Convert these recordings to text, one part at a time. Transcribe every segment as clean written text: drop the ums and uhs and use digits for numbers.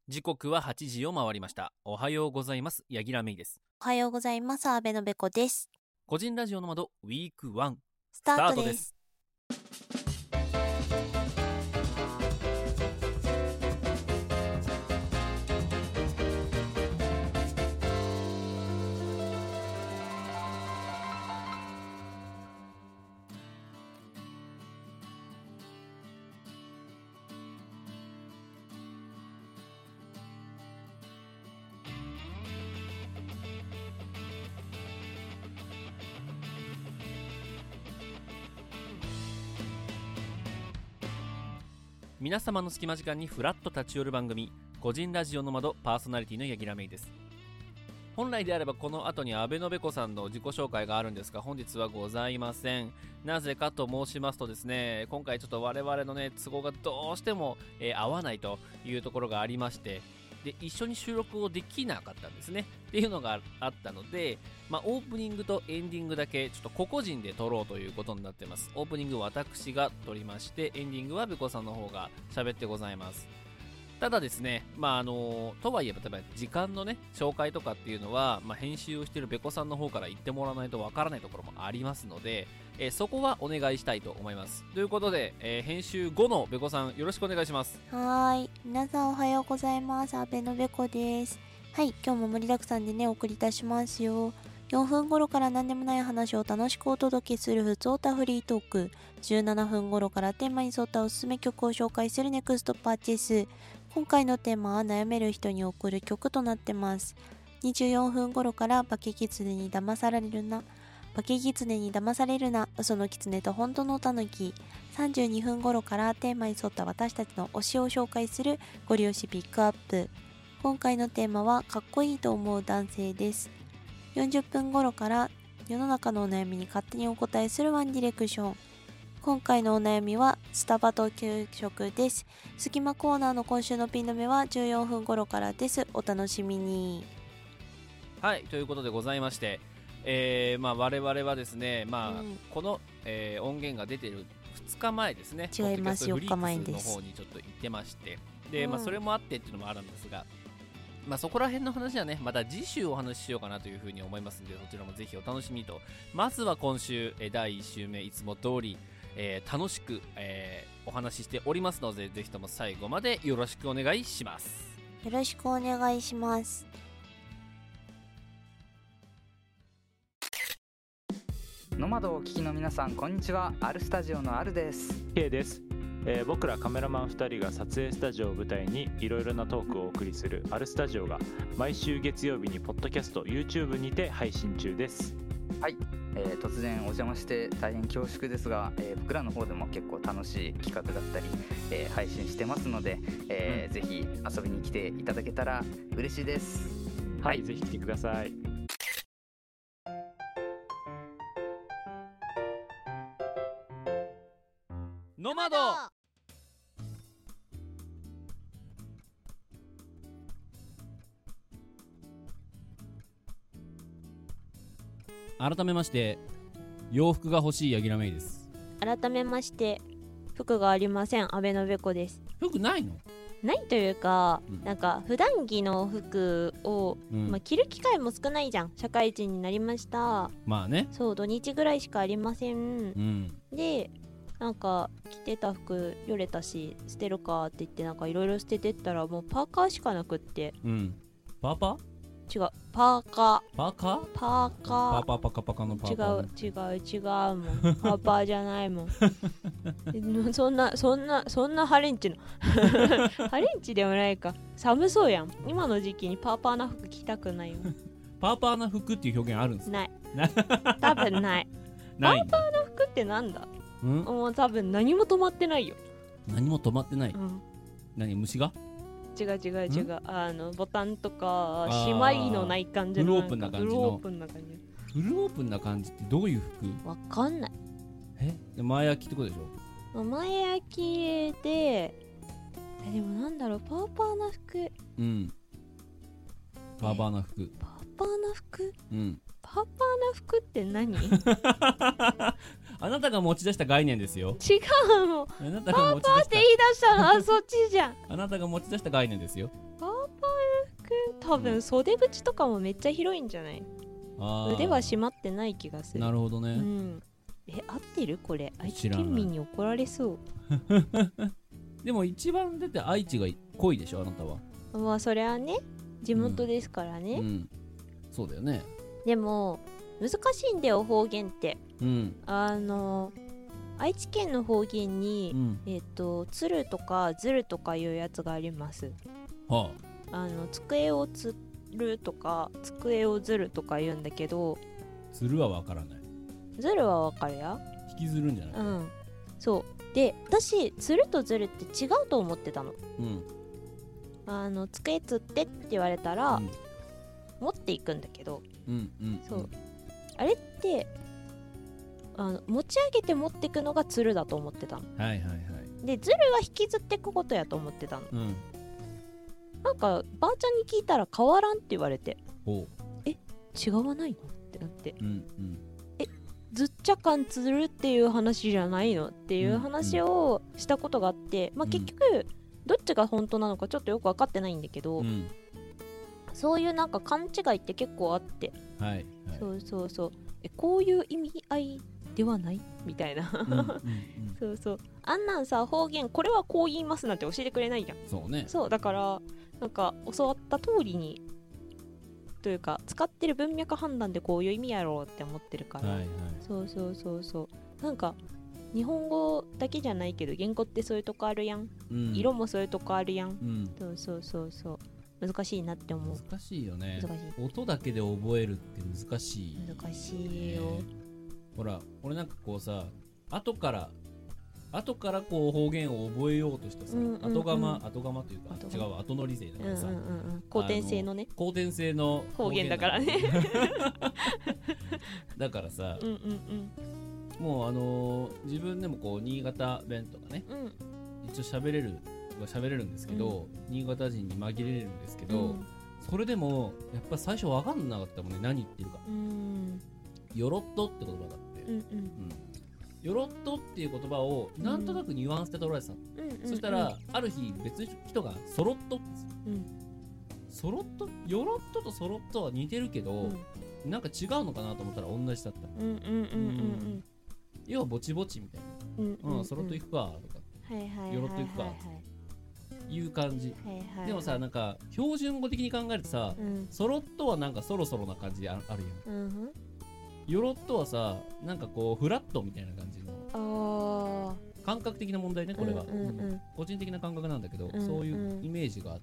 時刻は8時を回りました。おはようございます。柳楽芽衣です。 おはようございます。阿部のべこです。 個人ラジオの窓ウィーク1 スタートです。 皆様の隙間時間にフラッと立ち寄る番組、個人ラジオの窓パーソナリティの柳楽芽衣です。本来であればこの後に阿部のべこさんの自己紹介があるんですが、本日はございません。なぜかと申しますとですね、今回ちょっと我々のね都合がどうしても、合わないというところがありまして、で一緒に収録をできなかったんですねっていうのがあったので、オープニングとエンディングだけちょっと個々人で撮ろうということになってます。オープニング私が撮りまして、エンディングはべこさんの方が喋ってございます。ただですね、とはいえば例えば時間のね紹介とかっていうのは、編集をしているべこさんの方から言ってもらわないとわからないところもありますので、そこはお願いしたいと思います。ということで、編集後のべこさんよろしくお願いします。 はーい、皆さんおはようございます。阿部のべこです。はい、今日も盛りだくさんでねお送りいたしますよ。4分頃から何でもない話を楽しくお届けするふつおたフリートーク、17分頃からテーマに沿ったおすすめ曲を紹介するネクストパーチェス。今回のテーマは悩める人に送る曲となってます。24分頃から化け狐に騙されるな、嘘の狐と本当のタヌキ。32分頃からテーマに沿った私たちの推しを紹介するご利用しピックアップ。今回のテーマはかっこいいと思う男性です。40分頃から世の中のお悩みに勝手にお答えするワンディレクション。今回のお悩みはスタバと給食です。隙間コーナーの今週のピン止めは14分頃からです。お楽しみに。 はい、ということでございまして、我々はですね、この、音源が出ている2日前ですね。 違います、4日前です。 ポッドキャストフリークスの方にちょっと行ってまして、で、それもあってっていうのもあるんですが、そこら辺の話はね、また次週お話ししようかなというふうに思いますので、そちらもぜひお楽しみと。まずは今週、第1週目いつも通り、楽しく、お話ししておりますので、ぜひとも最後までよろしくお願いします。 よろしくお願いします。 ノマドをお聞きの皆さん、こんにちは。アルスタジオのアルです。 K です。僕らカメラマン2人が撮影スタジオを舞台にいろいろなトークをお送りするアルスタジオが毎週月曜日にポッドキャスト YouTube にて配信中です。 はい、突然お邪魔して大変恐縮ですが、僕らの方でも結構楽しい企画だったり、配信してますので、ぜひ遊びに来ていただけたら嬉しいです。 はい、ぜひ来てください。 ノマド。改めまして洋服が欲しい柳楽芽衣です。 改めまして服がありません、阿部のべこです。 服ないの？ ないというか、なんか普段着の服を、着る機会も少ないじゃん。社会人になりました。そう、土日ぐらいしかありません、でなんか着てた服よれたし捨てるかって言ってなんかいろいろ捨ててったらもうパーカーしかなくって、 パーパ違う、パーカーパーカーパーカーパーパーパカパカのパーカー、 違うもんパーパーじゃないもんそんなハレンチのハレンチでもないか。寒そうやん。今の時期にパーパーな服着たくないよパーパーな服っていう表現あるんですか？ ない多分ないパーパーな服ってなんだ？もう多分何も止まってないよ。 何も止まってない、何、虫が？違うボタンとかしまいのない感じの、 フルオープンな感じの。 フルオープンな感じ。 フルオープンな感じってどういう服？ わかんない。 前焼きってことでしょ？前焼きで、でもなんだろう、パーパーな服。 パーパーな服。 パーパーな服？パーパーな服って何？ あなたが持ち出した概念ですよ。 違うもん。パーパーって言い出したのはそっちじゃん。 あなたが持ち出した概念ですよ。 パー多分袖口とかもめっちゃ広いんじゃない？ あー腕は締まってない気がする。 なるほどね、 うん、合ってるこれ？愛知知らない県民に怒られそう。 でも一番出て愛知が濃いでしょあなたは。 まあそれはね地元ですからね、 うんそうだよね。 でも難しいんだよ方言って。 うん愛知県の方言に、鶴とかずるとかいうやつがあります。 は机をつるとか机をずるとか言うんだけど、 ずるはわからない。 ずるはわかるや。 引きずるんじゃない？ うんそうで、私つるとずるって違うと思ってたの。机つってって言われたら、持っていくんだけど、そうあれって持ち上げて持っていくのがつるだと思ってたの。 はいはいはい。 でずるは引きずっていくことやと思ってたの。なんかばあちゃんに聞いたら変わらんって言われて、違わないのってなって、ずっちゃかんつるっていう話じゃないのっていう話をしたことがあって、結局どっちが本当なのかちょっとよく分かってないんだけど、そういうなんか勘違いって結構あって、そうこういう意味合いではないみたいなそうあんなんさ方言これはこう言いますなんて教えてくれないじゃん。 そうね。 そうだからなんか教わった通りにというか使ってる文脈判断でこういう意味やろうって思ってるから、そうなんか日本語だけじゃないけど言語ってそういうとこあるやん、色もそういうとこあるやん、そう難しいなって思う。 難しいよね。 難しい。 音だけで覚えるって難しい。 難しいよ。 ほら俺なんかこうさ後からこう方言を覚えようとしたさ、後釜というか違う後乗り勢だからさ、 後天性のね後天性の方言だからねだからさ、もう自分でもこう新潟弁とかね、一応喋れるんですけど、新潟人に紛れるんですけど、それでもやっぱ最初分かんなかったもんね、何言ってるか。よろっとって言葉があって、よろっとっていう言葉をなんとなくニュアンスで捉えてたの。そしたらある日別の人がそろっとってそろっとよろっととそろっとは似てるけど、なんか違うのかなと思ったら同じだった。要はぼちぼちみたいな、そろっといくかとか、よろっといくかいう感じ。でもさ、なんか標準語的に考えるとさ、そろっとはなんかそろそろな感じあるやん。よろっとはさ、なんかこうフラットみたいな感じの感覚的な問題ね、これは。個人的な感覚なんだけど、そういうイメージがあって、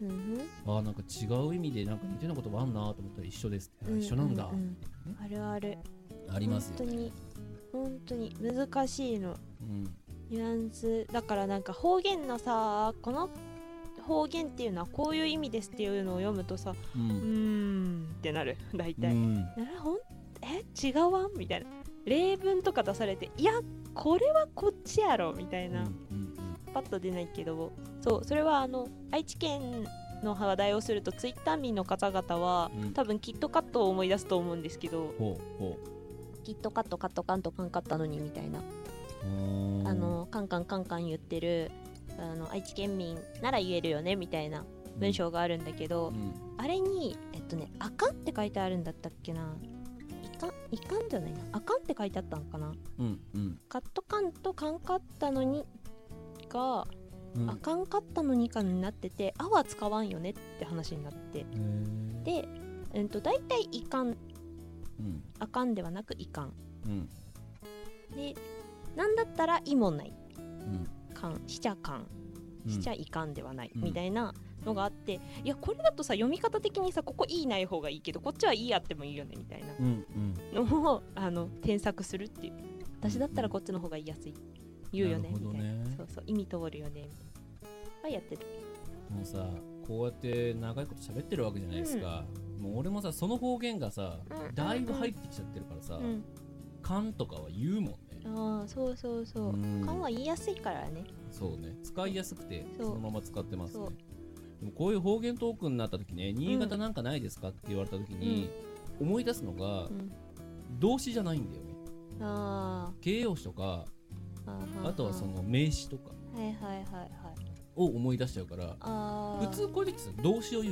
なんか違う意味でなんか似てる言葉あんなと思ったら一緒ですって、一緒なんだ、 あるあるありますよね。 本当に難しいの、ニュアンスだから。なんか方言のさ、この方言っていうのはこういう意味ですっていうのを読むとさ、ってなる大体。違うわんみたいな例文とか出されて、いやこれはこっちやろみたいな、パッと出ないけど、それは愛知県の話題をするとツイッター民の方々は、多分キットカットを思い出すと思うんですけど、キットカットカットカンとカンカッタのにみたいな、カンカンカンカン言ってる愛知県民なら言えるよねみたいな文章があるんだけど、あれにあかんって書いてあるんだったっけな。いかんじゃないな、あかんって書いてあったのかな。カットカンとカンカッタのにが、あかんかったのにかになってて、あは使わんよねって話になって、で、だいたいいかん、あかんではなくいかん、で、なんだったらいもない、かんしちゃかんしちゃいかんではない、みたいなのがあって、いやこれだとさ読み方的にさ、ここいいない方がいいけどこっちはいいあってもいいよねみたいなのを添削するっていう。私だったらこっちの方が言いやすい、言うよねみたいな、そう意味通るよねはやってる。 もうさ、こうやって長いこと喋ってるわけじゃないですか、もう俺もさその方言がさ、だいぶ入ってきちゃってるからさ、かんとかは言うもんね。 そうかんは言いやすいからね。 そうね、使いやすくてそのまま使ってますね。でもこういう方言トークになった時ね、新潟なんかないですかって言われた時に、思い出すのが、動詞じゃないんだよね。形容詞とか、あとはその名詞とかを思い出しちゃうから、普通こういう時さ動詞を言うじ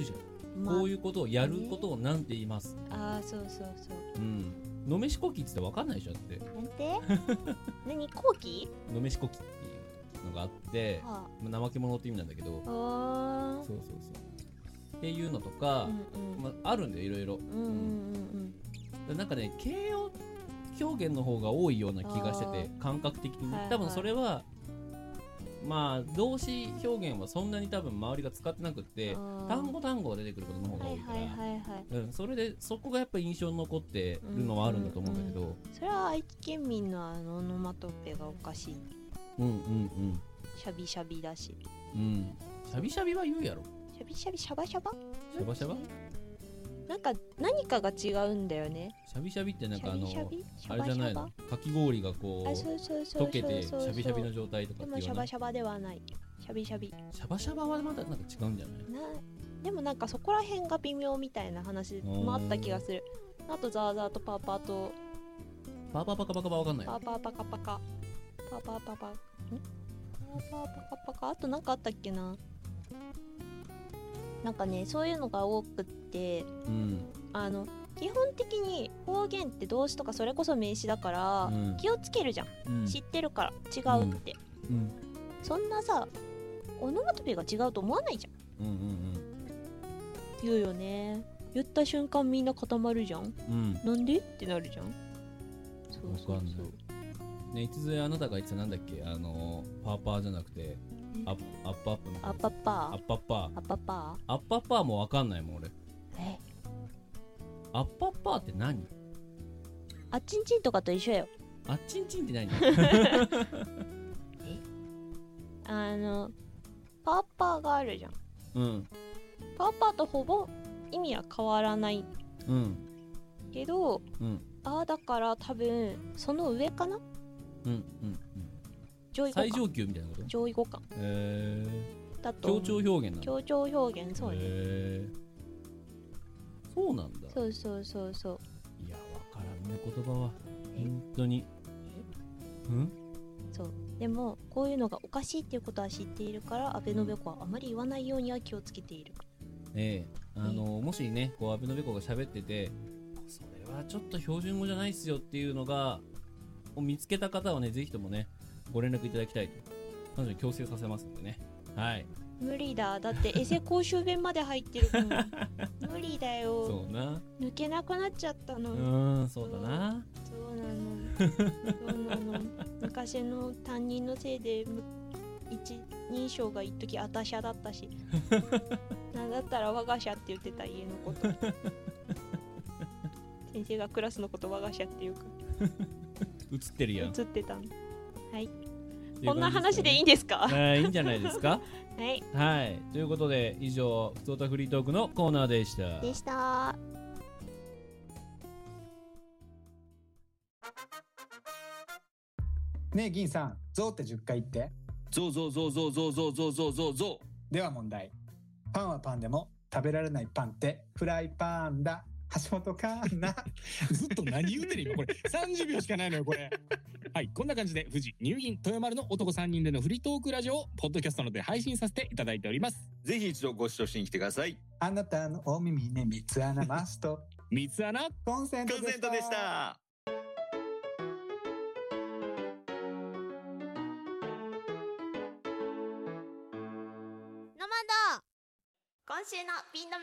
こういうことをやることをなんて言います。 そうそうそう。 うん。のめしこきっつって分かんないでしょだって。 なんて何こうきのめしこきっていうのがあって、怠け者って意味なんだけど、そうそうそうっていうのとか、あるんだよいろいろ。なんかね形容表現の方が多いような気がしてて、感覚的に、多分それはまあ動詞表現はそんなに多分周りが使ってなくって、単語が出てくることの方が多いから、それでそこがやっぱり印象に残ってるのはあるんだと思うんだけど、 それは愛知県民のオノマトペがおかしい。シャビシャビだし、 シャビシャビは言うやろ。 シャビシャビシャバシャバシャバシャバ、 なんか何かが違うんだよね。 シャビシャビってなんかあれじゃないの、かき氷がこう溶けてシャビシャビの状態とかっていうの。でもシャバシャバではない。シャビシャビ。 シャバシャバはまたなんか違うんじゃない？ でもなんかそこら辺が微妙みたいな話もあった気がする。あとザーザーとパーパーとパーパーパカパカわかんない。 パーパーパカパカパーパーパパパーパーパカパカ、あとなんかあったっけな。なんかねそういうのが多くって、基本的に方言って動詞とかそれこそ名詞だから、気をつけるじゃん、知ってるから違うって、そんなさオノマトペが違うと思わないじゃん。言うよね。言った瞬間みんな固まるじゃん、なんでってなるじゃん。そうそうそうね。いつぞやあなたが言ってたなんだっけ、パーパーじゃなくてアップアップのアッパッパーアッパッパーアッパッパーアッパッパーもわかんないもん俺。アッパッパーって何？ あっちんちんとかと一緒よ。 あっちんちんって何？ パーパーがあるじゃん。パーパーとほぼ意味は変わらないけど、だから多分その上かな。 最上級みたいなこと？ 上位互換だと。 強調表現なの？ 強調表現、そうね。 そうなんだ。 そうそうそうそう。 いや、わからんね言葉は本当に。 そう。でもこういうのがおかしいっていうことは知っているから、アベノベコはあまり言わないようには気をつけている。 もしねこうアベノベコが喋ってて、それはちょっと標準語じゃないっすよっていうのがを見つけた方はね、ぜひともねご連絡いただきたいと。彼女に強制させますんでね。はい。 無理だ。だってエセ公衆弁まで入ってるもん。無理だよ。 そうな。 抜けなくなっちゃったの。 そうだな。 そうなの。そうなの。昔の担任のせいで一人称が一時あたしゃだったし。なんだったら我が社って言ってた家のこと。先生がクラスのこと我が社っていうか。 映ってるやん。 映ってたの。はい。こんな話でいいんですか？ いいんじゃないですか？ はい。 はい。ということで以上ふつおたフリートークのコーナーでした。 ねえ銀さん、ゾウって10回言って。 ゾウゾウゾウゾウゾウゾウゾウゾウゾウゾウ。 では問題。パンはパンでも食べられないパンってフライパンだ。橋本環奈。 ずっと何言うてる今これ30秒しかないのよこれ。はい、こんな感じで富士乳銀豊丸の男3人でのフリートークラジオをポッドキャストなどで配信させていただいております。 ぜひ一度ご視聴しに来てください。 あなたのお耳に三つ穴マスト。 三つ穴コンセントでした。 でした。 ノマド今週のピン止め。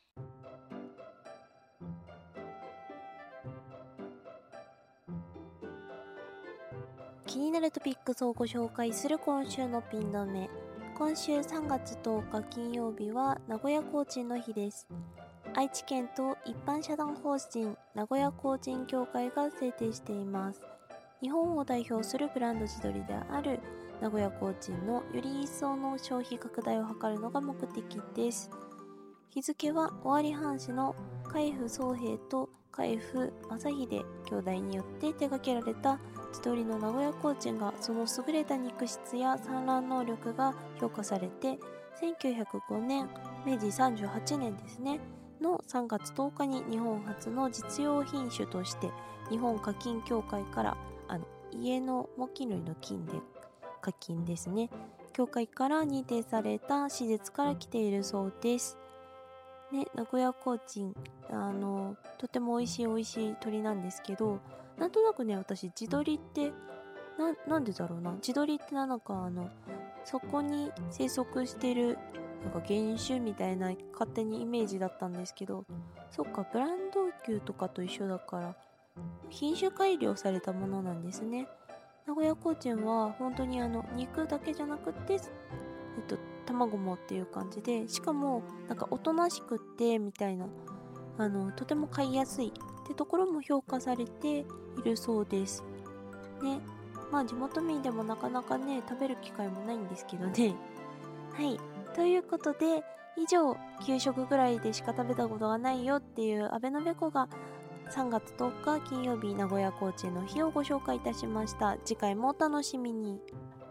気になるトピックスをご紹介する今週のピン止め。今週3月10日金曜日は名古屋コーチンの日です。愛知県と一般社団法人名古屋コーチン協会が制定しています。日本を代表するブランド地鶏である名古屋コーチンのより一層の消費拡大を図るのが目的です。日付は尾張藩士の海部宗平と海部正秀兄弟によって手掛けられた地鶏の名古屋コーチンがその優れた肉質や産卵能力が評価されて、1905年明治38年ですねの3月10日に日本初の実用品種として日本家禽協会から家の模擬類の菌で家禽ですね協会から認定された施設から来ているそうです。 ね、名古屋コーチンとても美味しい鶏なんですけど、なんとなくね、私地鶏ってなんでだろうな、地鶏ってなんかそこに生息してるなんか原種みたいな勝手にイメージだったんですけど、そっか、ブランド牛とかと一緒だから品種改良されたものなんですね。名古屋コーチンは本当に肉だけじゃなくて、卵もっていう感じで、しかもなんかおとなしくってみたいな、とても買いやすいってところも評価されているそうですね。まあ地元民でもなかなかね食べる機会もないんですけどね。はい、ということで以上、給食ぐらいでしか食べたことがないよっていうアベノベコが3月10日金曜日名古屋コーチンの日をご紹介いたしました。次回もお楽しみに。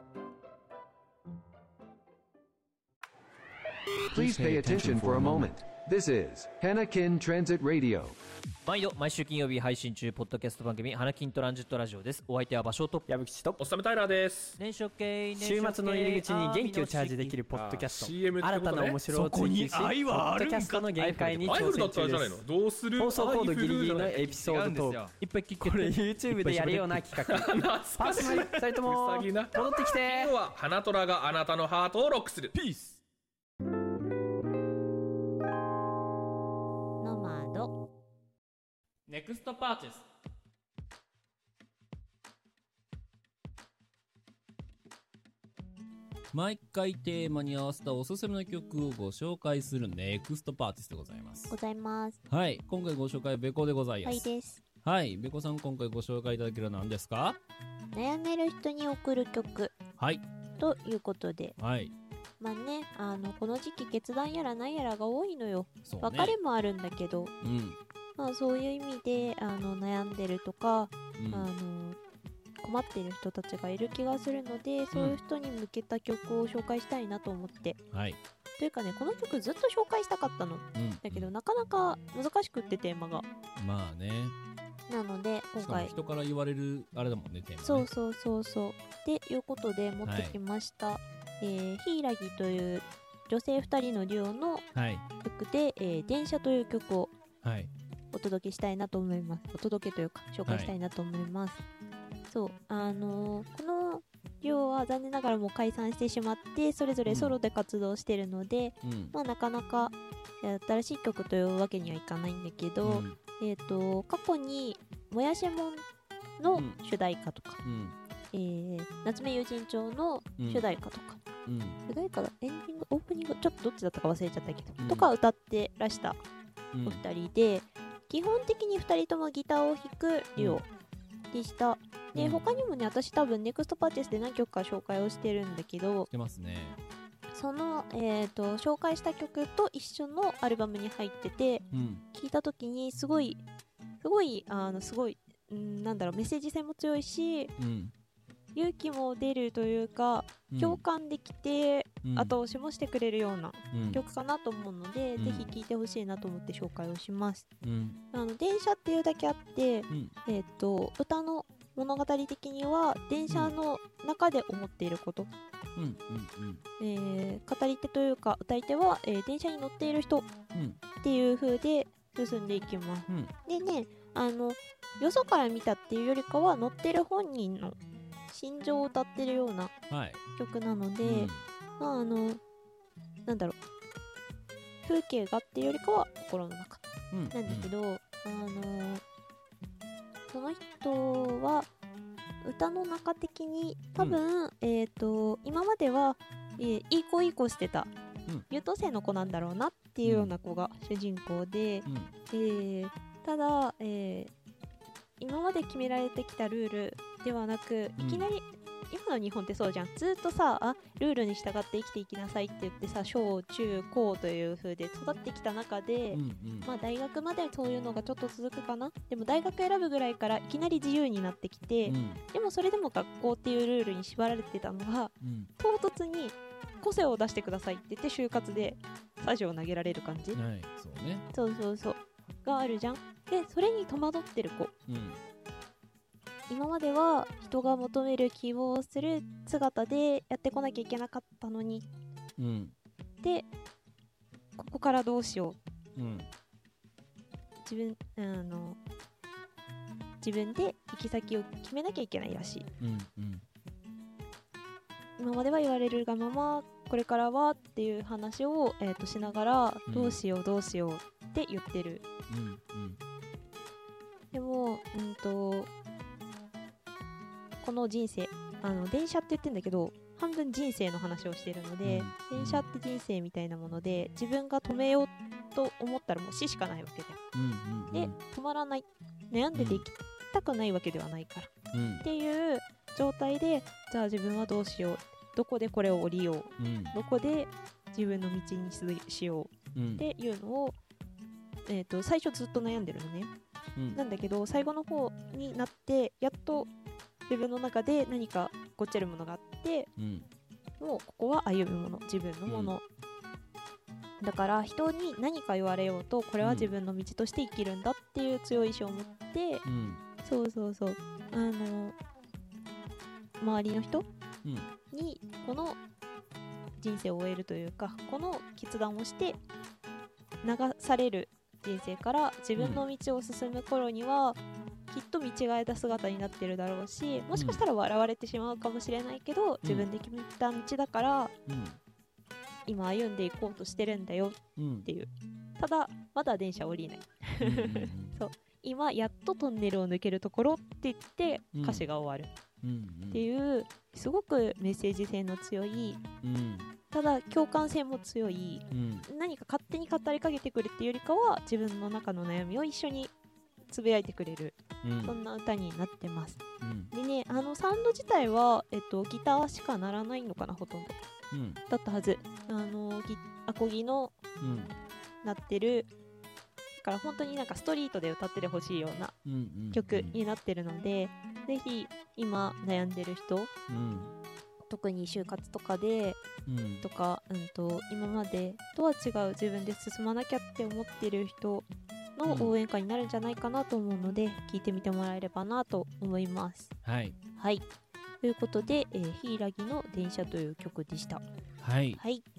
Please pay attention for a moment. This is Hanakin Transit Radio. 毎週金曜日配信中ポッドキャスト番組花金トランジットラジオです。お相手は場所と矢吹とおっさめタイラーです。 年初系週末の入り口に元気をチャージできるポッドキャスト、 新たな面白を追求し、ポッドキャストの限界に挑戦中です。 どうする？ 放送コードギリギリのエピソードトーク、 いっぱい聞けこれ YouTube でやるような企画。パーソナリティ2人とも戻ってきて。 今日は花虎があなたのハートをロックする。ピース。 ノマドネクストパーチェス。毎回テーマに合わせたおすすめの曲をご紹介するネクストパーティスでございます。はい、今回ご紹介はベコでございます。 はいです。 はい、ベコさん、今回ご紹介いただけるのは何ですか？ 悩める人に送る曲、 はい、 ということで、 はい、 まあね、この時期決断やら何やらが多いのよ。 そうね、 別れもあるんだけど、まあ、そういう意味で悩んでるとか、困っている人たちがいる気がするので、そういう人に向けた曲を紹介したいなと思って、 はい、 というかね、この曲ずっと紹介したかったの、だけどなかなか難しくってテーマが、 まあね、 なので今回人から言われるあれだもんね、テーマね。 そうっていうことで持ってきました、ヒイラギという女性2人のデュオの曲で、電車という曲をお届けしたいなと思います。お届けというか紹介したいなと思います。そう、このデュオは残念ながらもう解散してしまって、それぞれソロで活動してるので、まあなかなか新しい曲というわけにはいかないんだけど、過去にもやしもんの主題歌とか、夏目友人帳の主題歌とか、主題歌だ、エンディング、オープニング、ちょっとどっちだったか忘れちゃったけど、とか歌ってらしたお二人で、基本的に2人ともギターを弾くデュオでした。で、他にもね、私多分ネクストパーティスで何曲か紹介をしてるんだけど、 してますね。 その、紹介した曲と一緒のアルバムに入ってて、聞いた時にすごいなんだろう、メッセージ性も強いし、勇気も出るというか、共感できて、後押しもしてくれるような曲かなと思うので、ぜひ聴いてほしいなと思って紹介をします。電車っていうだけあって、歌の物語的には電車の中で思っていること、語り手というか歌い手は、電車に乗っている人っていう風で進んでいきます。でね、よそから見たっていうよりかは乗ってる本人の心情を歌ってるような曲なので、まあなんだろう、風景がっていうよりかは心の中なんだけど、その人は歌の中的に多分、今までは、いい子してた、優等生の子なんだろうなっていうような子が主人公で、ただ、今まで決められてきたルールではなく、いきなり、今の日本ってそうじゃん、ずっとさ、ルールに従って生きていきなさいって言ってさ、小中高という風で育ってきた中で、まあ大学までそういうのがちょっと続くかな。でも大学選ぶぐらいからいきなり自由になってきて、でもそれでも学校っていうルールに縛られてたのが、唐突に個性を出してくださいって言って就活でサジを投げられる感じ、そうがあるじゃん。でそれに戸惑ってる子、今までは人が求める希望をする姿でやってこなきゃいけなかったのに、でここからどうしよう自分で行き先を決めなきゃいけないらしい。今までは言われるがままこれからはっていう話を、しながら、どうしようって言ってる。でも、この人生電車って言ってんだけど半分人生の話をしているので、電車って人生みたいなもので自分が止めようと思ったらもう死しかないわけで、で止まらない、悩んでて行きたくないわけではないから、っていう状態で、じゃあ自分はどうしよう、どこでこれを降りよう、どこで自分の道にしようっていうのを、最初ずっと悩んでるのね、なんだけど最後の方になってやっと自分の中で何かごっちゃるものがあって、もうここは歩むもの、自分のもの、だから人に何か言われようとこれは自分の道として生きるんだっていう強い意志を持って、そう周りの人、にこの人生を終えるというか、この決断をして流される人生から自分の道を進む頃には、きっと見違えた姿になってるだろうし、もしかしたら笑われてしまうかもしれないけど、自分で決めた道だから、今歩んでいこうとしてるんだよっていう、ただまだ電車降りないそう今やっとトンネルを抜けるところって言って歌詞が終わるっていう、すごくメッセージ性の強い、ただ共感性も強い、何か勝手に語りかけてくるっていうよりかは自分の中の悩みを一緒につぶやいてくれる、そんな歌になってます、でね、サウンド自体は、ギターしか鳴らないのかな、ほとんど、だったはず。アコギの鳴ってるから本当になんかストリートで歌っててほしいような曲になってるので、ぜひ今悩んでる人、特に就活とかで、とか、今までとは違う自分で進まなきゃって思ってる人の応援歌になるんじゃないかなと思うので、聞いてみてもらえればなと思います。はい、ということで、ヒイラギの電車という曲でした。い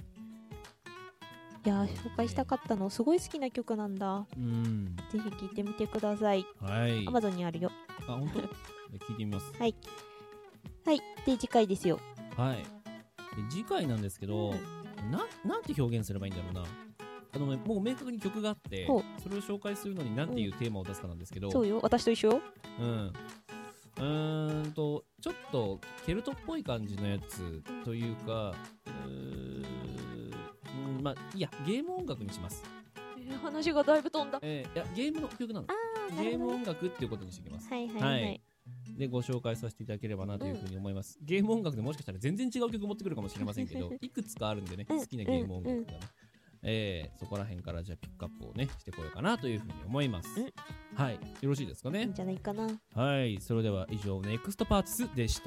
や紹介したかったの、すごい好きな曲なんだ。ぜひ聴いてみてください。Amazon にあるよ。 本当？聞いてみます。 はい。で次回ですよ。 で次回なんですけど、なんて表現すればいいんだろうな。もう明確に曲があって、それを紹介するのになんていうテーマを出すかなんですけど、 そうよ、私と一緒よ。 ちょっとケルトっぽい感じのやつというか、まあいいや、ゲーム音楽にします。 話がだいぶ飛んだ。 いや、ゲームの曲なの。ゲーム音楽っていうことにしておきます。でご紹介させていただければなというふうに思います。ゲーム音楽でもしかしたら全然違う曲持ってくるかもしれませんけどいくつかあるんでね、好きなゲーム音楽がね、そこら辺からじゃあピックアップをねしてこようかなというふうに思います。よろしいですかね。 いいんじゃないかな。 それでは以上ネクストパーツスでした。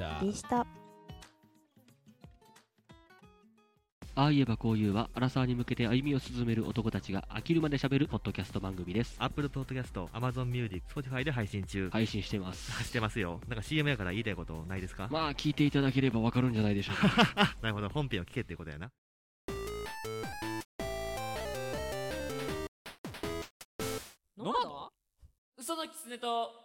ああ言えばこう言うは、アラサーに向けて歩みを進める男たちが飽きるまで喋るポッドキャスト番組です。 Apple Podcast、Amazon Music、Spotify で配信中。 配信してます。 してますよ。なんか CM やから言いたいことないですか？ まあ聞いていただければわかるんじゃないでしょうか。 なるほど、本編を聞けっていうことやな。 ノマド？嘘のキツネと本当の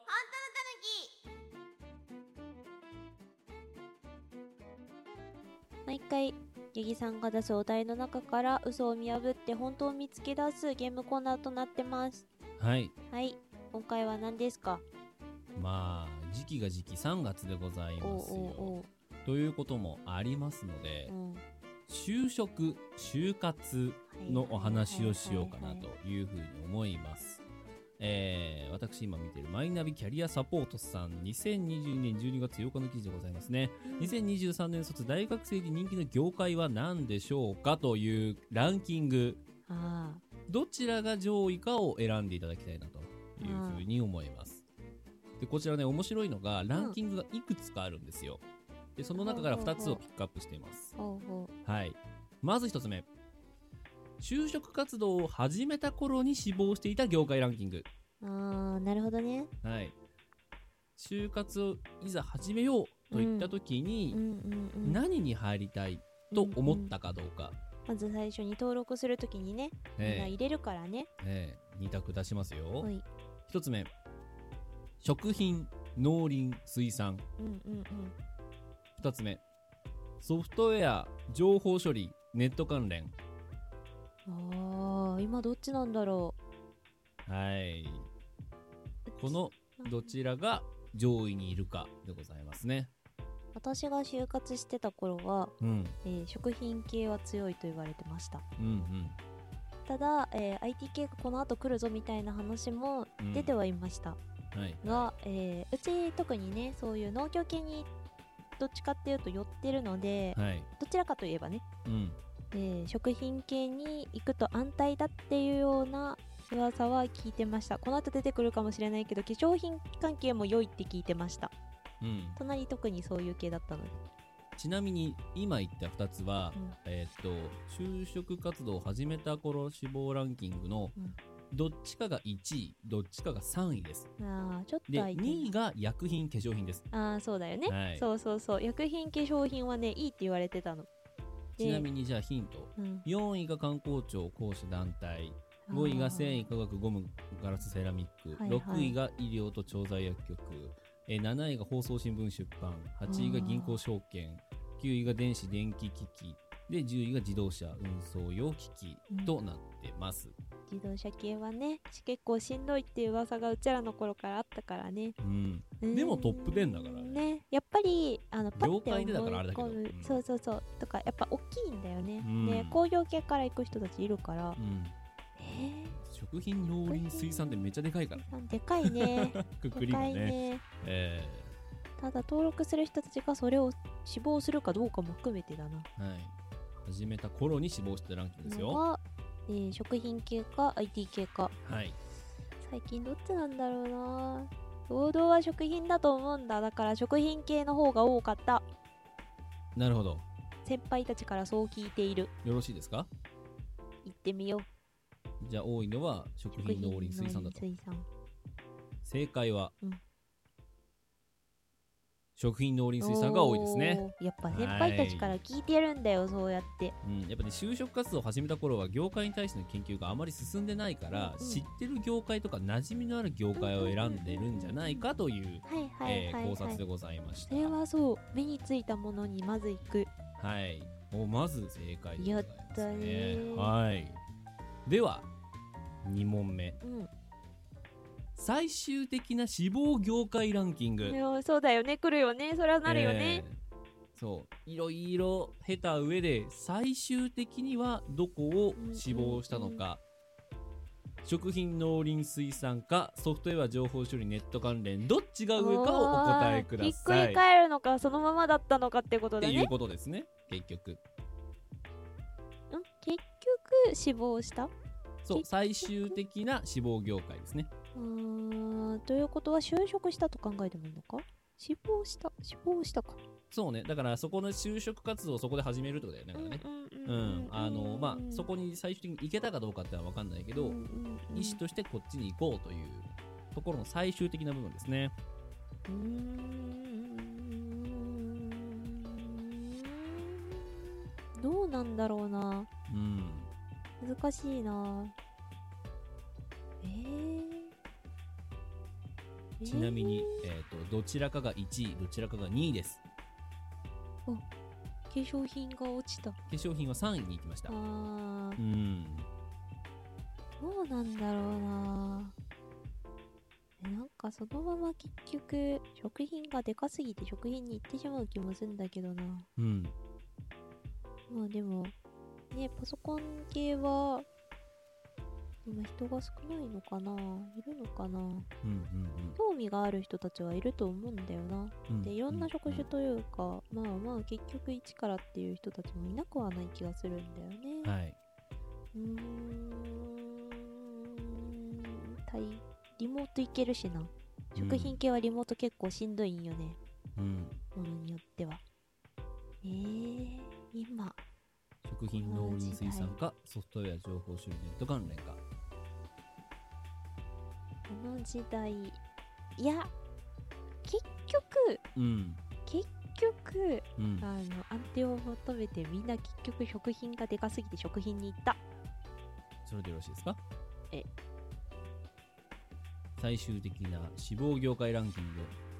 タヌキ。毎回ヤギさんが出すお題の中から嘘を見破って本当を見つけ出すゲームコーナーとなってます。今回は何ですか？ まあ時期が時期3月でございますよ。ということもありますので、就職就活のお話をしようかなというふうに思います。私今見ているマイナビキャリアサポートさん2022年12月8日の記事でございますね。2023年卒大学生で人気の業界は何でしょうかというランキング、どちらが上位かを選んでいただきたいなというふうに思います。でこちらね、面白いのがランキングがいくつかあるんですよ。でその中から2つをピックアップしています。まず1つ目、就職活動を始めた頃に志望していた業界ランキング。 なるほどね。 就活をいざ始めようといった時に何に入りたいと思ったかどうかまず最初に登録するときにね、みんな入れるからね。 2択出しますよ。 はい。 1つ目、食品農林水産。2つ目、ソフトウェア情報処理ネット関連。 今どっちなんだろう。はい。このどちらが上位にいるかでございますね。 私が就活してた頃は、食品系は強いと言われてました。ただ、IT 系がこの後来るぞみたいな話も出てはいました。が、うち特にね、そういう農業系にどっちかっていうと寄ってるので、どちらかといえばね、食品系に行くと安泰だっていうような噂は聞いてました。この後出てくるかもしれないけど、化粧品関係も良いって聞いてました。隣特にそういう系だったので。 ちなみに今言った2つは、就職活動を始めた頃志望ランキングのどっちかが1位、どっちかが3位です。 ちょっとで、2位が薬品化粧品です。 そうだよね、そうそうそう。薬品化粧品はね、いいって言われてたの。 ちなみにじゃあヒント、4位が観光庁講師団体、5位が繊維化学ゴムガラスセラミック、6位が医療と調剤薬局、7位が放送新聞出版、8位が銀行証券、9位が電子電気機器で、10位が自動車運送用機器となってます。 自動車系はね、結構しんどいっていう噂がうちらの頃からあったからね。 でもトップ10だからね。 やっぱりパッて業界でだからあれだけど、 そうそうそうとかやっぱ大きいんだよね。で、工業系から行く人たちいるから。 食品農林水産ってめっちゃでかいから。 でかいね。 くくりもね。 ただ登録する人たちがそれを志望するかどうかも含めてだな。 始めた頃に志望してたランキングですよ。 食品系か IT 系か。最近どっちなんだろうな。王道は食品だと思うんだ。だから食品系の方が多かった。 なるほど。 先輩たちからそう聞いている。 よろしいですか？ 行ってみよう。 じゃあ多いのは食品農林水産だと。正解は、食品農林水産が多いですね。 やっぱ先輩たちから聞いてるんだよ、そうやって。 やっぱね、就職活動を始めた頃は業界に対しての研究があまり進んでないから、知ってる業界とか馴染みのある業界を選んでるんじゃないかという考察でございました。 それはそう、目についたものにまず行く。 まず正解でございますね。 やったね。 では2問目、最終的な志望業界ランキング。 そうだよね、来るよね、それはなるよね。 そういろいろ経た上で最終的にはどこを志望したのか、食品農林水産かソフトウェア情報処理ネット関連、どっちが上かをお答えください。 ひっくり返るのかそのままだったのかってことだね。 っていうことですね、結局。 結局志望した？ そう、最終的な志望業界ですね。 ということは就職したと考えてもいいのか？志望したか。 そうね、だからそこの就職活動をそこで始めるってことだよね。だからね、まあそこに最終的に行けたかどうかってのは分かんないけど、意思としてこっちに行こうというところの最終的な部分ですね。 どうなんだろうな。難しいな。 ちなみに、どちらかが1位、どちらかが2位です。 化粧品が落ちた。 化粧品は3位に行きました。 どうなんだろうな。なんかそのまま結局食品がでかすぎて食品に行ってしまう気もするんだけどな。まあでもね、パソコン系は今人が少ないのかな、いるのかな。興味がある人たちはいると思うんだよな。で、いろんな職種というか、まあ結局一からっていう人たちもいなくはない気がするんだよね。リモートいけるしな。食品系はリモート結構しんどいんよね。ものによっては。今食品農林水産かソフトウェア情報処理ネット関連か。 この時代、いや結局、 うん、 安定を求めてみんな結局食品がでかすぎて食品に行った。 それでよろしいですか？最終的な志望業界ランキン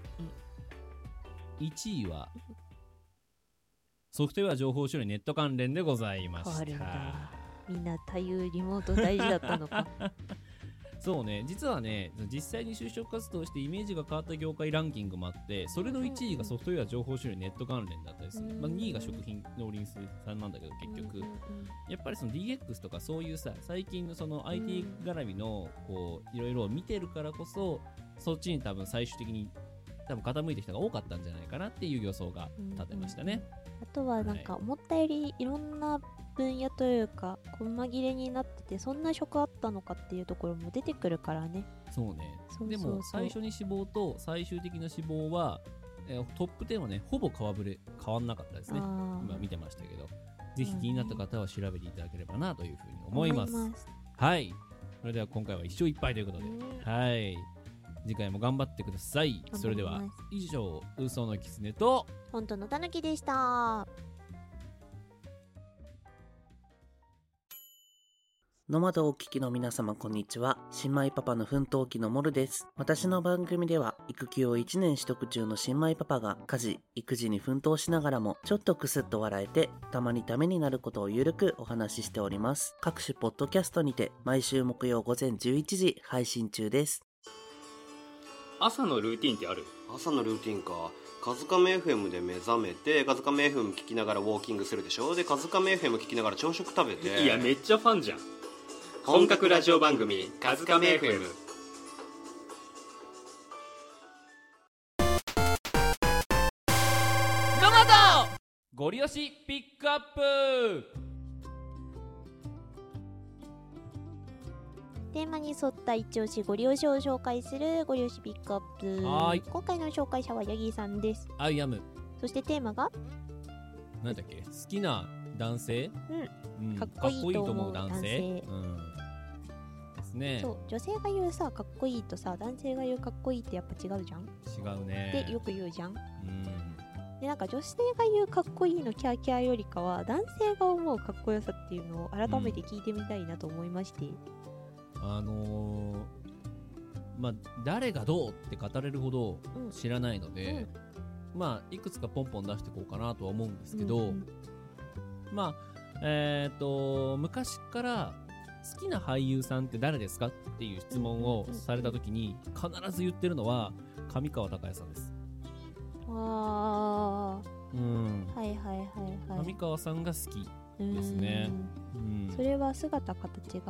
グ、1位はソフトウェア情報処理ネット関連でございました。 みんな多様リモート大事だったのか。 そうね、実はね、実際に就職活動してイメージが変わった業界ランキングもあって、それの1位がソフトウェア情報処理ネット関連だったりする。まあ、2位が食品農林水産なんだけど、結局やっぱりその DX とかそういうさ、最近のその IT 絡みのこういろいろ見てるからこそ、そっちに多分最終的に多分傾いてる人が多かったんじゃないかなっていう予想が立てましたね。 あとはなんか思ったよりいろんな分野というか細切れになってて、そんな職あったのかっていうところも出てくるからね。 そうね。でも最初に志望と最終的な志望は、トップ10はねほぼ変わんなかったですね。今見てましたけど、ぜひ気になった方は調べていただければなというふうに思います。はい。それでは今回は一勝一敗ということで、はい。次回も頑張ってください。それでは以上、嘘のキツネと本当のタヌキでした。 ノマドをお聞きの皆様こんにちは。新米パパの奮闘記のモルです。私の番組では育休を1年取得中の新米パパが家事・育児に奮闘しながらもちょっとクスッと笑えてたまにためになることをゆるくお話ししております。各種ポッドキャストにて毎週木曜午前11時配信中です。 朝のルーティンってある？ 朝のルーティンか。カズカメ FM で目覚めて、カズカメ FM 聞きながらウォーキングするでしょ。でカズカメ FM 聞きながら朝食食べて。 いやめっちゃファンじゃん。本格ラジオ番組カズカメ FM。 ノマドゴリ押しピックアップ。 テーマに沿った一押しゴリ押しを紹介するゴリ押しピックアップ。 はい。 今回の紹介者はヤギーさんです。 アイアム。 そしてテーマがなんだっけ？好きな男性？ かっこいいと思う男性。 ですね。 そう、女性が言うさかっこいいとさ男性が言うかっこいいってやっぱ違うじゃん。 違うね。 でよく言うじゃん。でなんか女性が言うかっこいいのキャーキャーよりかは男性が思うかっこよさっていうのを改めて聞いてみたいなと思いまして。 まあ誰がどうって語れるほど知らないので、まあいくつかポンポン出していこうかなとは思うんですけど、まあ昔から好きな俳優さんって誰ですかっていう質問をされた時に必ず言ってるのは上川隆也さんです。 はいはいはいはい。 上川さんが好きですね。 それは姿形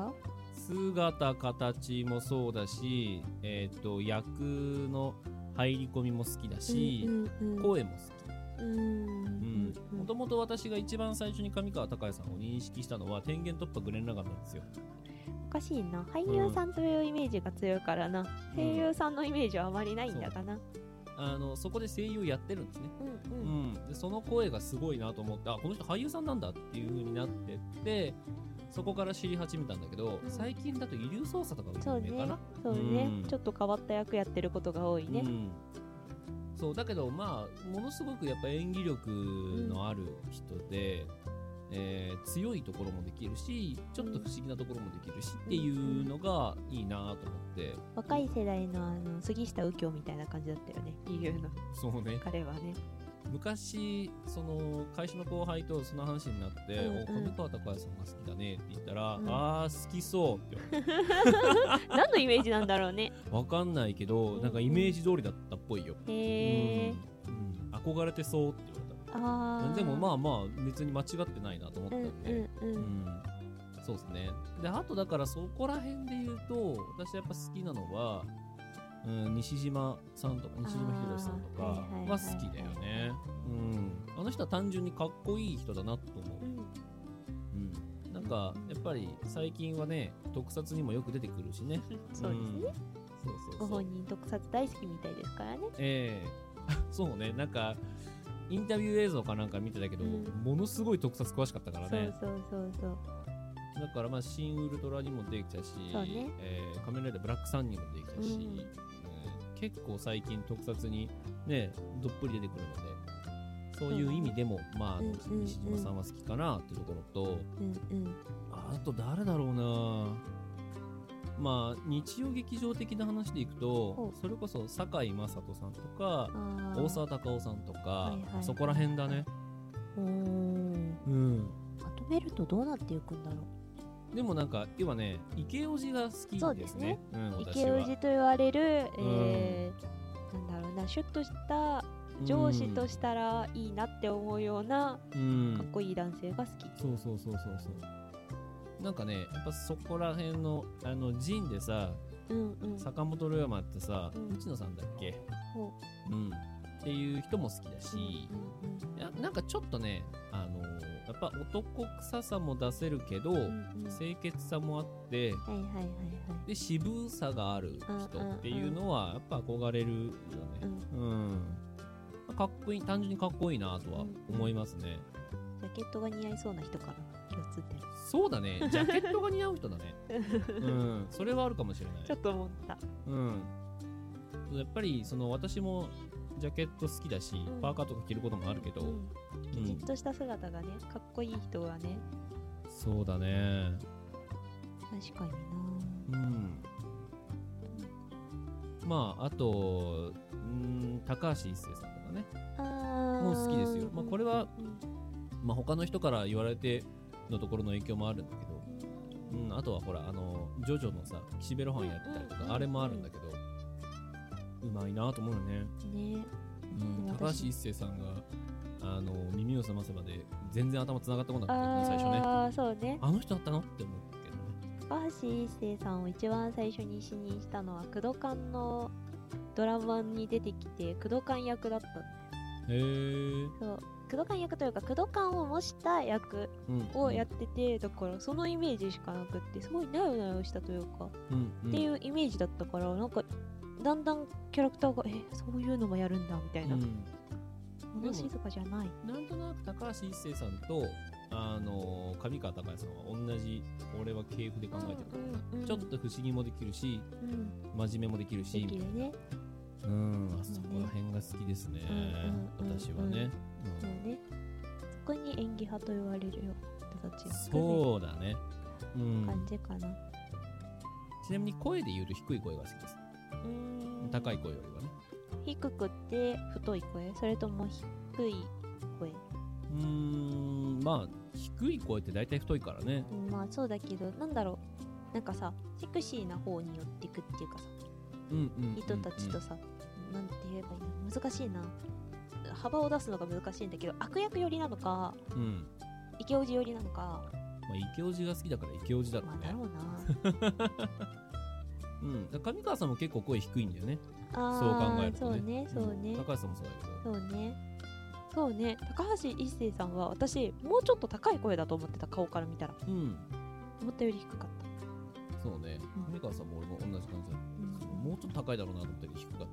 もそうだし、役の入り込みも好きだし、声も好き。もともと私が一番最初に上川隆也さんを認識したのは天元突破グレンラガンなんですよ。 おかしいな。俳優さんというイメージが強いからな。声優さんのイメージはあまりないんだかな。 そこで声優やってるんですね。でその声がすごいなと思って、あ、この人俳優さんなんだっていう風になってって、そこから知り始めたんだけど、最近だと遺留捜査とかが有名かな。 そうね、ちょっと変わった役やってることが多いね。 そうだけど、まあものすごくやっぱ演技力のある人で、強いところもできるし、ちょっと不思議なところもできるしっていうのがいいなと思って。 若い世代の杉下右京みたいな感じだったよね、言うの。 そうね。 彼はね。 昔その会社の後輩とその話になって、上川隆也さんが好きだねって言ったら、あー好きそうって言われて。 何のイメージなんだろうね。 わかんないけど、なんかイメージ通りだったっぽいよ。憧れてそうって言われた。でもまあまあ別に間違ってないなと思ったんで、そうですね。であとだからそこら辺で言うと、私やっぱ好きなのは、西島さんとか西島秀俊さんとかは好きだよね。あの人は単純にかっこいい人だなと思う。なんかやっぱり最近はね、特撮にもよく出てくるしね。 そうですね。ご本人特撮大好きみたいですからね。 そうね。なんかインタビュー映像かなんか見てたけど、ものすごい特撮詳しかったからね。 そうだからまあ新ウルトラにもできたし、仮面ライダーブラックサンにもできたし、結構最近特撮にねどっぷり出てくるので、 そういう意味でも、まあ西島さんは好きかなっていうところと、あと誰だろうな。まあ日曜劇場的な話でいくと、それこそ堺雅人さんとか大沢たかおさんとか、そこら辺だね。 まとめるとどうなっていくんだろう。でもなんか要はね、池オジが好きですね。 そうですね。 私池オジと言われる、なんだろうな、シュッとした上司としたらいいなって思うような、かっこいい男性が好き。 そうそうそうそうそう。なんかね、やっぱそこら辺のジンでさ、坂本龍馬ってさ、内野さんだっけ、っていう人も好きだし、なんかちょっとね、やっぱ男臭さも出せるけど、清潔さもあって、で渋さがある人っていうのはやっぱ憧れるよね。かっこいい、単純にかっこいいなとは思いますね。 ジャケットが似合いそうな人から共通点。 そうだね、ジャケットが似合う人だね。それはあるかもしれない。 ちょっと思った。 やっぱり私もジャケット好きだし、パーカーとか着ることもあるけど、 きちっとした姿がね、かっこいい人はね。 そうだね。 確かにな。 まああと高橋一生さんとかね、もう好きですよ。まあこれは、まあ他の人から言われてのところの影響もあるんだけど、あとはほらジョジョのさ岸辺露伴やってたりとか、あれもあるんだけど、うまいなと思うよね。高橋一生さんが耳を覚ませばで全然頭つながってこなかったけど、最初ね。 そうね。 あの人だったのって思うけどね。 高橋一生さんを一番最初に視認したのは工藤館のドラマに出てきて工藤館役だったんだよ。そう、工藤館役というか工藤館を模した役をやってて、だからそのイメージしかなくって、すごいなよなよしたというか、っていうイメージだったから、なんかだんだんキャラクターがそういうのもやるんだみたいな。物静かじゃない。 なんとなく高橋一生さんと上川隆也さんは同じ、俺は系譜で考えてる、ちょっと不思議もできるし、真面目もできるし、あそこら辺が好きですね、私はね。 そうね。そこに演技派と言われるよ人たちが。 そうだね。 感じかな。 ちなみに声で言うと低い声が好きです。高い声よりはね。 低くて太い声、それとも低い声？ まあ低い声って大体太いからね。 まあそうだけど、なんだろう、なんかさ、セクシーな方に寄っていくっていうかさ、人たちとさ、なんて言えばいいの、難しいな、幅を出すのが難しいんだけど、悪役寄りなのか、イケオジ寄りなのか。 まあイケオジが好きだからイケオジだろうね。 だろうな。 上川さんも結構声低いんだよね。そう考えるとね。 そうね。 高橋さんもそうだけど。 そうね。高橋一生さんは私もうちょっと高い声だと思ってた、顔から見たら。思ったより低かった。 そうね。上川さんも俺も同じ感じだ。もうちょっと高いだろうなと思ったけど低かったから。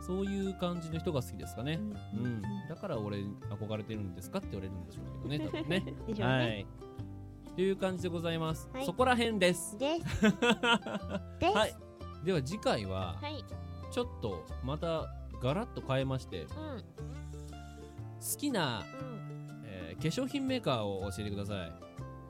そういう感じの人が好きですかね。だから俺憧れてるんですかって言われるんでしょうけどね。多分ね。 でしょうね。はい。 という感じでございます。そこら辺です。はい。では次回はちょっとまたガラッと変えまして、好きな化粧品メーカーを教えてください。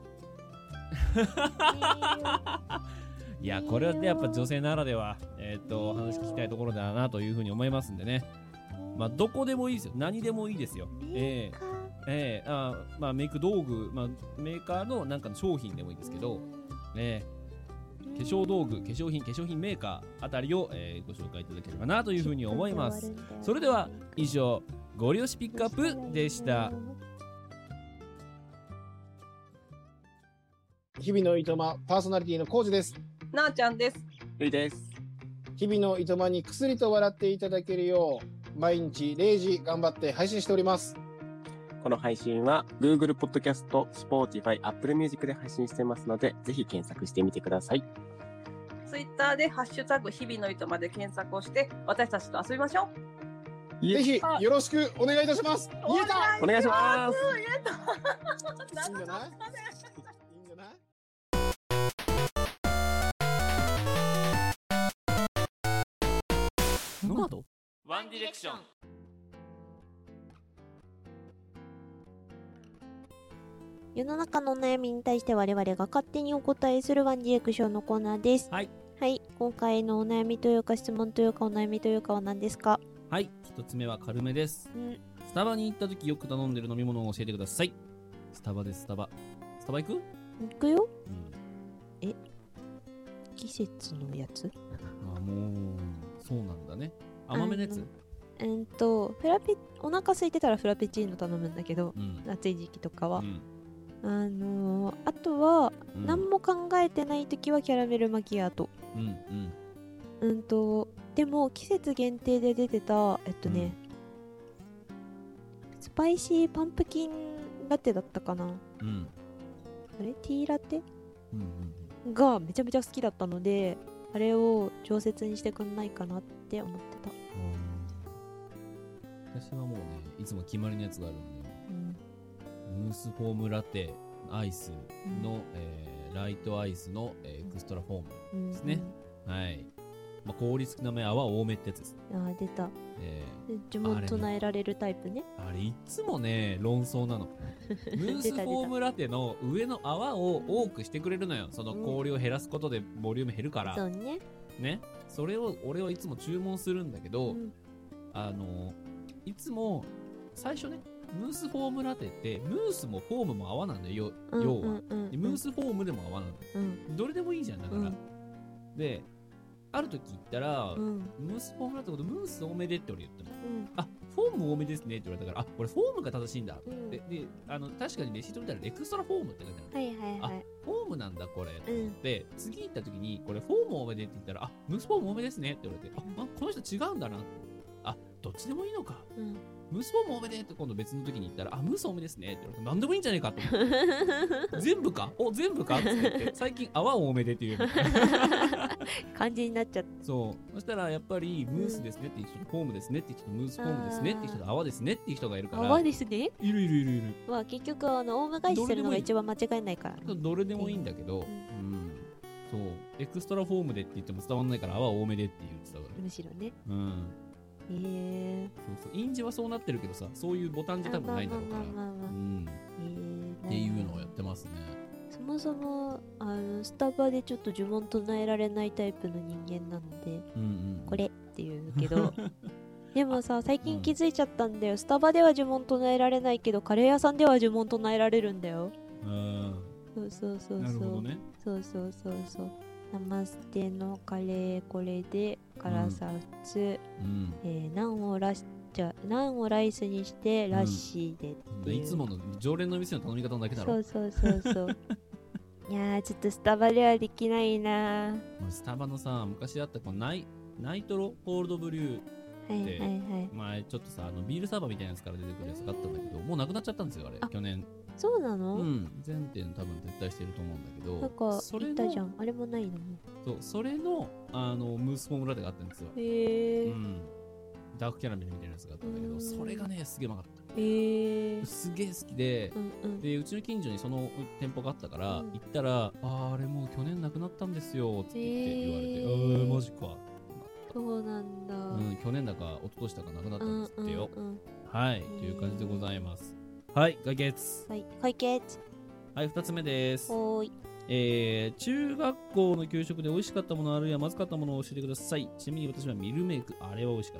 いや、これはねやっぱ女性ならでは話聞きたいところだなというふうに思いますんでね。まあどこでもいいですよ。何でもいいですよ。まあメイク道具、まあメーカーのなんかの商品でもいいですけど、化粧道具、化粧品メーカーあたりを、ご紹介いただければなというふうに思います。それでは以上、ごり押しピックアップでした。 日々のいとまパーソナリティのコウジです。 なあちゃんです。 るいです。 日々のいとまにくすりと笑っていただけるよう毎日0時頑張って配信しております。 この配信は Google Podcast、Spotify、Apple Music で配信してますので、ぜひ検索してみてください。 Twitter でハッシュタグ日々のいとまで検索をして私たちと遊びましょう。 ぜひよろしくお願いいたします。 言えた。お願いします。 いいんじゃない？ ノマド？ ワンディレクション。 世の中のお悩みに対して我々が勝手にお答えするワンディレクションのコーナーです。 はい。 はい、今回のお悩みというか質問というかお悩みというかは何ですか？ はい、一つ目は軽めです。スタバに行った時よく頼んでる飲み物を教えてください。スタバです、スタバ。スタバ行く？ 行くよ。季節のやつ？ あ、もうそうなんだね。甘めのやつ？ フラペお腹空いてたらフラペチーノ頼むんだけど、暑い時期とかは、あとは、何も考えてない時はキャラメルマキアート。でも季節限定で出てたスパイシーパンプキンラテだったかな、あれティーラテ、がめちゃめちゃ好きだったので、あれを常設にしてくんないかなって思ってた。 私はもうね、いつも決まりのやつがあるんで、ムースフォームラテアイスの、ライトアイスの、エクストラフォームですね。はい。氷少なめ泡多めってやつです。 ああ、出た。呪文唱えられるタイプね。 あれいつもね、論争なの。ムースフォームラテの上の泡を多くしてくれるのよ。その氷を減らすことでボリューム減るから。 そうね。 ね。それを俺はいつも注文するんだけど、いつも最初ね、ムースフォームラテってムースもフォームも泡なんだよ、要は。ムースフォームでも泡なんだよ。どれでもいいじゃん、だから。で、ある時言ったら、ムースフォームラテのことムース多めでって俺言ったの。あ、フォーム多めですねって言われたから、あ、これフォームが正しいんだ。で、確かにレシート見たらエクストラフォームって書いてある。あ、フォームなんだこれ。で、次行った時に、これフォーム多めでって言ったら、あ、ムースフォーム多めですねって言われて、あ、この人違うんだな。あ、どっちでもいいのか。ムースフォーム多めでって今度別の時に言ったら、あ、ムース多めですねって言われて、なんでもいいんじゃねえかと思って。全部か全部かって言って、最近泡多めでっていう感じになっちゃった。 そう。そしたらやっぱりムースですねっていう人とフォームですねっていう人とムースフォームですねっていう人と泡ですねっていう人がいるから。 泡ですね。 いる。 まあ結局オウム返しするのが一番間違いないからね。 どれでもいいんだけど、そう。エクストラフォームでって言っても伝わんないから泡多めでって言ってたから。 むしろね。 そう印字はそうなってるけどさ、そういうボタン自体もないんだろうからっていうのをやってますね。 そもそもスタバでちょっと呪文唱えられないタイプの人間なんで、これって言うけどでもさ、最近気づいちゃったんだよ。スタバでは呪文唱えられないけどカレー屋さんでは呪文唱えられるんだよ。そうなるほどね。 そうナマステのカレーこれで辛さ普通、ナンをライスにしてラッシーでっていう、 いつもの常連の店の頼み方だけだろ。 そういやー、ちょっとスタバではできないな。 スタバのさ、昔あったこのナイトロコールドブリューって、前ちょっとさ、ビールサーバーみたいなやつから出てくるやつがあったんだけど、もうなくなっちゃったんですよ、あれ。去年。 そうなの？ 全店多分撤退してると思うんだけど、 なんか言ったじゃん。あれもないの？ そう、それのムースフォームラテがあったんですよ。ダークキャラメルみたいなやつがあったんだけど、それがね、すげえうまかった。すげえ好きで、で、うちの近所にその店舗があったから、行ったら、あれもう去年なくなったんですよって言われて、マジか。 そうなんだ。 去年だか一昨年だかなくなったんですってよ。はい、という感じでございます。はい、解決。 はい、解決。 はい、2つ目です。 中学校の給食で美味しかったものあるいはまずかったものを教えてください。ちなみに私はミルメイク。あれは美味しかった。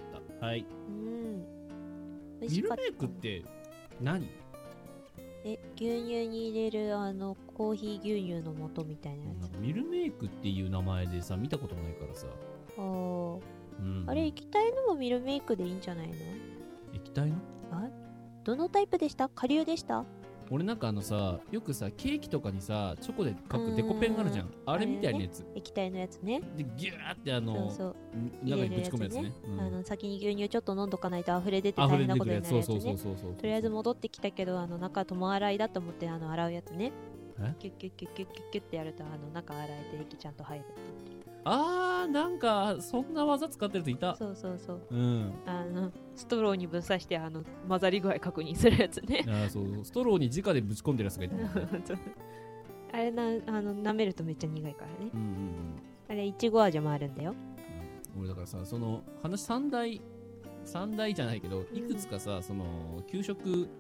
はい。ミルメイクって何？ 牛乳に入れるコーヒー牛乳の素みたいなやつ。 ミルメイクっていう名前でさ、見たことないからさ。 あれ、液体のもミルメイクでいいんじゃないの？ 液体の？ どのタイプでした？顆粒でした？ 俺なんかさ、よくさ、ケーキとかにさ、チョコで書くデコペンあるじゃん。あれみたいなやつ。 液体のやつね。 で、ギューって中にぶち込むやつね。 先に牛乳ちょっと飲んどかないと溢れ出て大変なことになるやつね。とりあえず戻ってきたけど、中友洗いだと思って洗うやつね。キュッキュッキュッキュッキュッキュッってやると、中洗えて液ちゃんと入るって言って。 なんかそんな技使ってる人いた。 そうストローにぶっ刺して混ざり具合確認するやつね。 ストローに直でぶち込んでるやつがいたもんね。 あれ舐めるとめっちゃ苦いからね。あれいちご味もあるんだよ。 俺だからさ、その話3大じゃないけど、いくつかさ、その給食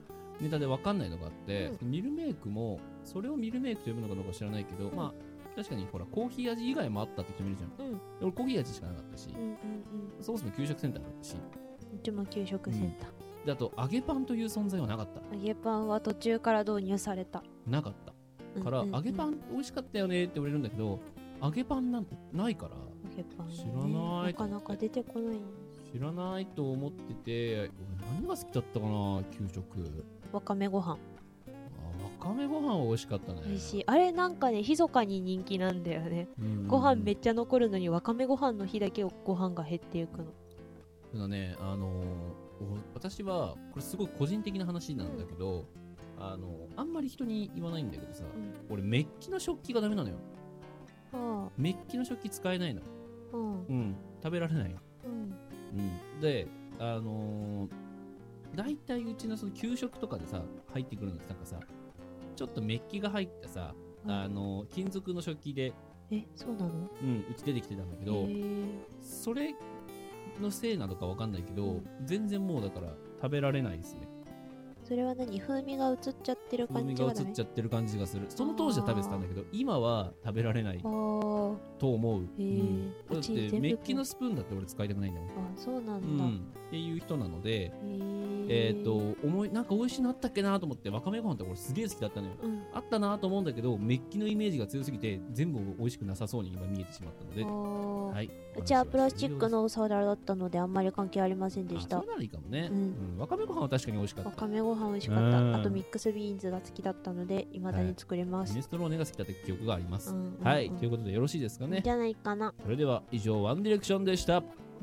ネタで分かんないのがあって、ミルメイクもそれをミルメイクと呼ぶのかどうか知らないけど、まあ確かにほらコーヒー味以外もあったって人もいるじゃん、俺コーヒー味しかなかったし、そもそも給食センターだったし、 うちも給食センター、 であと揚げパンという存在はなかった。 揚げパンは途中から導入された。 なかったから、揚げパン美味しかったよねって言われるんだけど、揚げパンなんてないから、 揚げパン、ね、 知らない、 なかなか出てこない。 知らないと思ってて、俺何が好きだったかな、給食。 わかめご飯。 わかめご飯は美味しかったね。 美味しい。あれなんかね、密かに人気なんだよね。ご飯めっちゃ残るのに、わかめご飯の日だけご飯が減っていくの。 ただね、私はこれすごい個人的な話なんだけど、あんまり人に言わないんだけどさ、俺メッキの食器がダメなのよ。メッキの食器使えないの。食べられない。で、大体うちのその給食とかでさ入ってくるのってなんかさ、ちょっとメッキが入ったさ、金属の食器で、 そうなの？ うち出てきてたんだけど、それのせいなのかわかんないけど、全然もうだから食べられないですね。 それは何？風味が移っちゃってる感じが風味が移っちゃってる感じがする。その当時は食べてたんだけど、今は食べられないと思う。だってメッキのスプーンだって俺使いたくないんだもん。 そうなんだ、 っていう人なので、なんか美味しいのあったっけなと思って、わかめご飯って俺すげえ好きだったのよ、あったなと思うんだけど、メッキのイメージが強すぎて全部美味しくなさそうに今見えてしまったので、はい、 うちはプラスチックのお皿だったのであんまり関係ありませんでした。 そうならいいかもね、わかめご飯は確かに美味しかった。 わかめご飯美味しかった。あとミックスビーンズが好きだったので未だに作れます。 ミネストローネが好きだって記憶があります。はい、ということでよろしいですかね。 じゃないかな。 それでは以上ワンディレクションでした。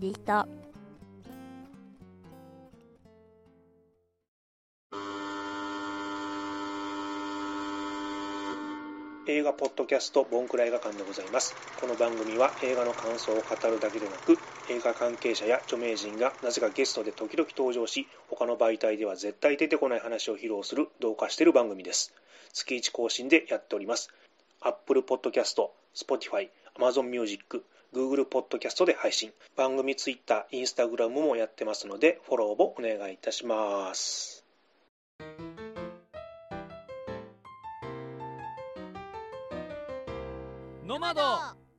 映画ポッドキャストボンクラ映画館でございます。この番組は映画の感想を語るだけでなく、映画関係者や著名人がなぜかゲストで時々登場し、他の媒体では絶対出てこない話を披露する同化している番組です。月1更新でやっております。Apple Podcast、Spotify、Amazon Music、Google Podcast で配信。番組 Twitter、Instagram もやってますので、フォローもお願いいたします。 ノマド。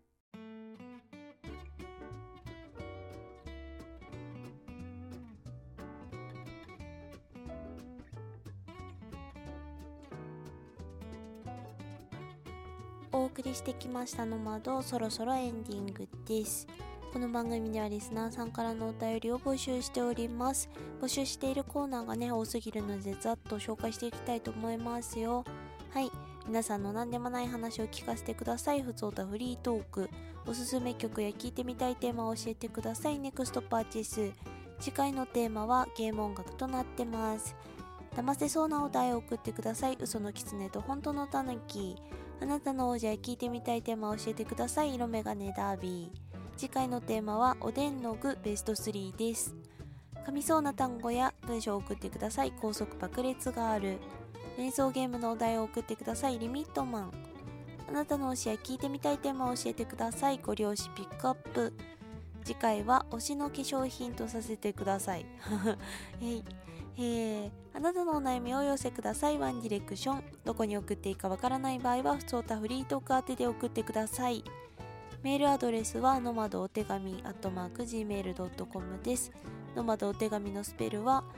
お送りしてきましたノマド、そろそろエンディングです。この番組ではリスナーさんからのお便りを募集しております。募集しているコーナーがね多すぎるのでざっと紹介していきたいと思いますよ。はい、皆さんの何でもない話を聞かせてください。ふつおたフリートーク、おすすめ曲や聞いてみたいテーマを教えてください。ネクストパーチェス。次回のテーマはゲーム音楽となってます。騙せそうなお題を送ってください。嘘の狐と本当のタヌキ。あなたの王者や聞いてみたいテーマを教えてください。色眼鏡ダービー。次回のテーマはおでんの具ベスト3です。噛みそうな単語や文章を送ってください。高速爆裂がある。連想ゲームのお題を送ってください。リミットマン。あなたの推しや聞いてみたいテーマを教えてください。ご両親ピックアップ。次回は推しの化粧品とさせてください。あなたのお悩みをお寄せください。ワンディレクション。どこに送っていいかわからない場合はふつおたフリートーク宛てで送ってください。メールアドレスはノマドお手紙@gmail.com です。ノマドお手紙のスペルは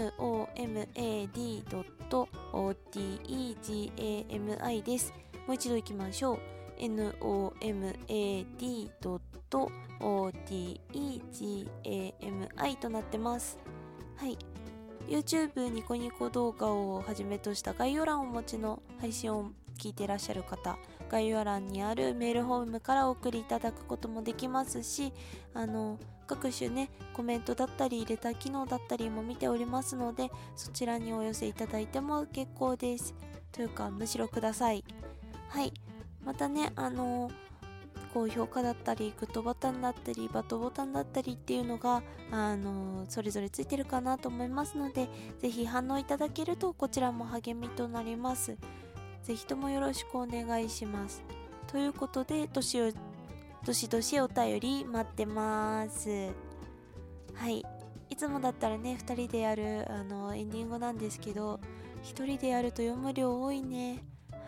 nomad.otegami です。もう一度いきましょう。nomad.otegami となってます。はい。YouTube ニコニコ動画をはじめとした概要欄をお持ちの配信を聞いていらっしゃる方、概要欄にあるメールフォームからお送りいただくこともできますし、各種ねコメントだったりレター機能だったりも見ておりますので、そちらにお寄せいただいても結構です。というかむしろください。はい、またね高評価だったりグッドボタンだったりバッドボタンだったりっていうのがそれぞれついてるかなと思いますので、ぜひ反応いただけるとこちらも励みとなります。ぜひともよろしくお願いします。ということでどしどしお便り待ってます。はい、 いつもだったらね2人でやるエンディングなんですけど、1人でやると読む量多いね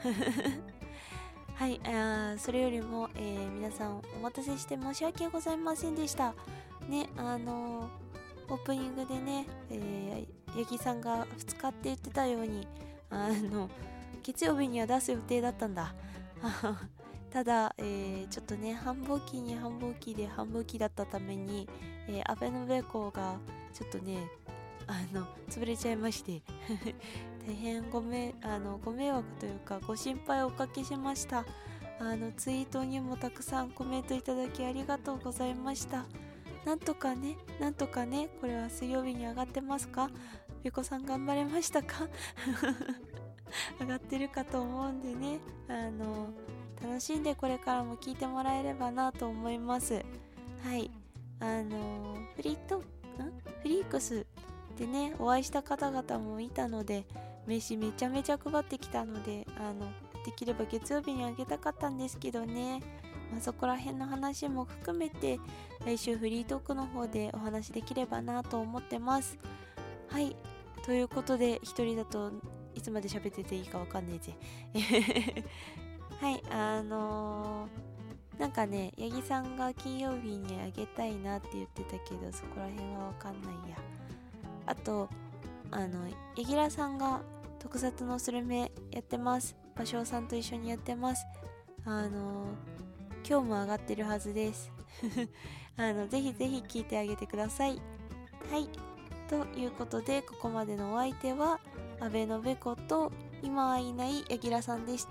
はい、それよりも、皆さんお待たせして申し訳ございませんでしたね。オープニングでね、八木さんが2日って言ってたように月曜日には出す予定だったんだただ、ちょっとね繁忙期に繁忙期で繁忙期だったために、アベノベコがちょっとね潰れちゃいまして大変ご迷惑というかご心配をおかけしました。ツイートにもたくさんコメントいただきありがとうございました。なんとかね、これは水曜日に上がってますか？べこさん頑張れましたか上がってるかと思うんでね、楽しんでこれからも聞いてもらえればなと思います。はい、フリークスでねお会いした方々もいたので、名刺めちゃめちゃ配ってきたので、できれば月曜日にあげたかったんですけどね、そこら辺の話も含めて来週フリートークの方でお話できればなと思ってます。はい、ということで一人だといつまで喋ってていいかわかんないぜはい、なんかね八木さんが金曜日にあげたいなって言ってたけど、そこら辺はわかんないや。あとヤギラさんが特撮のスルメやってます。芭蕉さんと一緒にやってます。今日も上がってるはずですぜひぜひ聞いてあげてください。はい、ということでここまでのお相手は阿部のべこと今はいないヤギラさんでした。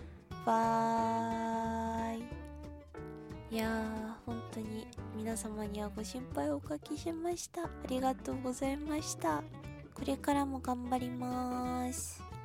バイ。いやー本当に皆様にはご心配をおかけしました。ありがとうございました。これからも頑張ります。